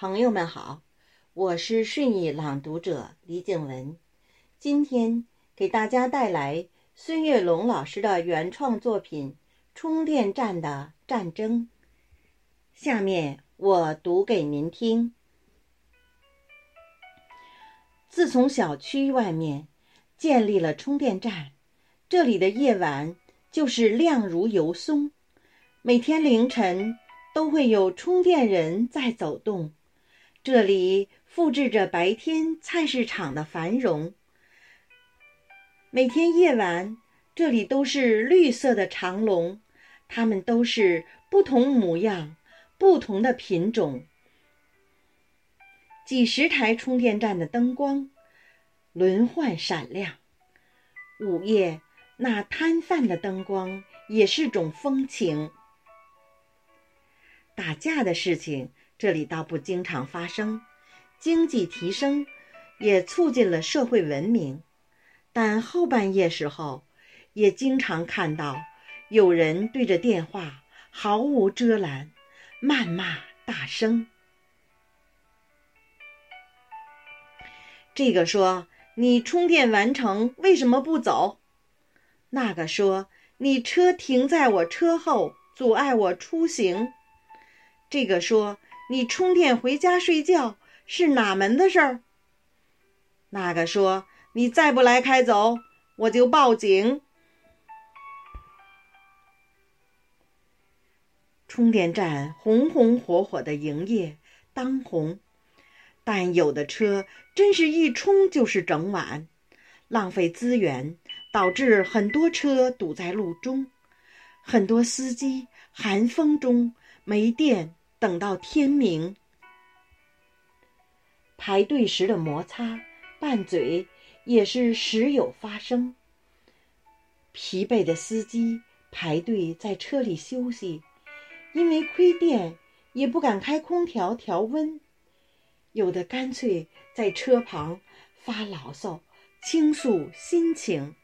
朋友们好，我是顺义朗读者李景文，今天给大家带来孙月龙老师的原创作品《充电站的战争》。下面我读给您听。自从小区外面建立了充电站，这里的夜晚就是亮如油松，每天凌晨都会有充电人在走动。这里复制着白天菜市场的繁荣。每天夜晚，这里都是绿色的长龙，它们都是不同模样、不同的品种。几十台充电站的灯光轮换闪亮，午夜那摊贩的灯光也是种风情。打架的事情这里倒不经常发生，经济提升也促进了社会文明，但后半夜时候也经常看到有人对着电话毫无遮拦，谩骂大声。这个说你充电完成为什么不走？那个说你车停在我车后，阻碍我出行。这个说你充电回家睡觉是哪门子事儿？那个说你再不来开走，我就报警。充电站红红火火的营业当红，但有的车真是一充就是整晚，浪费资源，导致很多车堵在路中，很多司机寒风中没电等到天明。排队时的摩擦拌嘴也是时有发生，疲惫的司机排队在车里休息，因为亏电也不敢开空调调温，有的干脆在车旁发牢骚倾诉心情。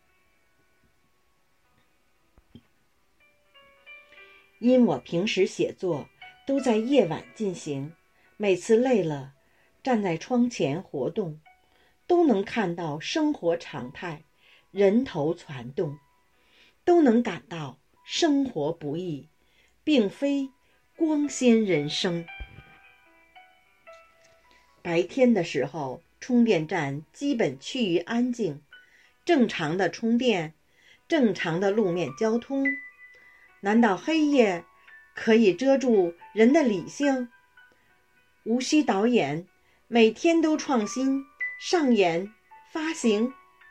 因我平时写作都在夜晚进行，每次累了站在窗前活动，都能看到生活常态，人头攒动，都能感到生活不易，并非光鲜人生。白天的时候，充电站基本趋于安静，正常的充电，正常的路面交通。难道黑夜可以遮住人的理性？无需导演，每天都创新上演发行。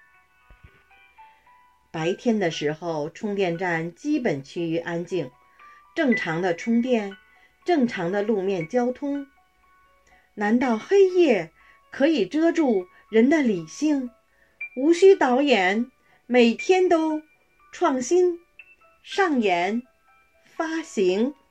白天的时候，充电站基本趋于安静，正常的充电，正常的路面交通。难道黑夜可以遮住人的理性？无需导演，每天都创新上演发行。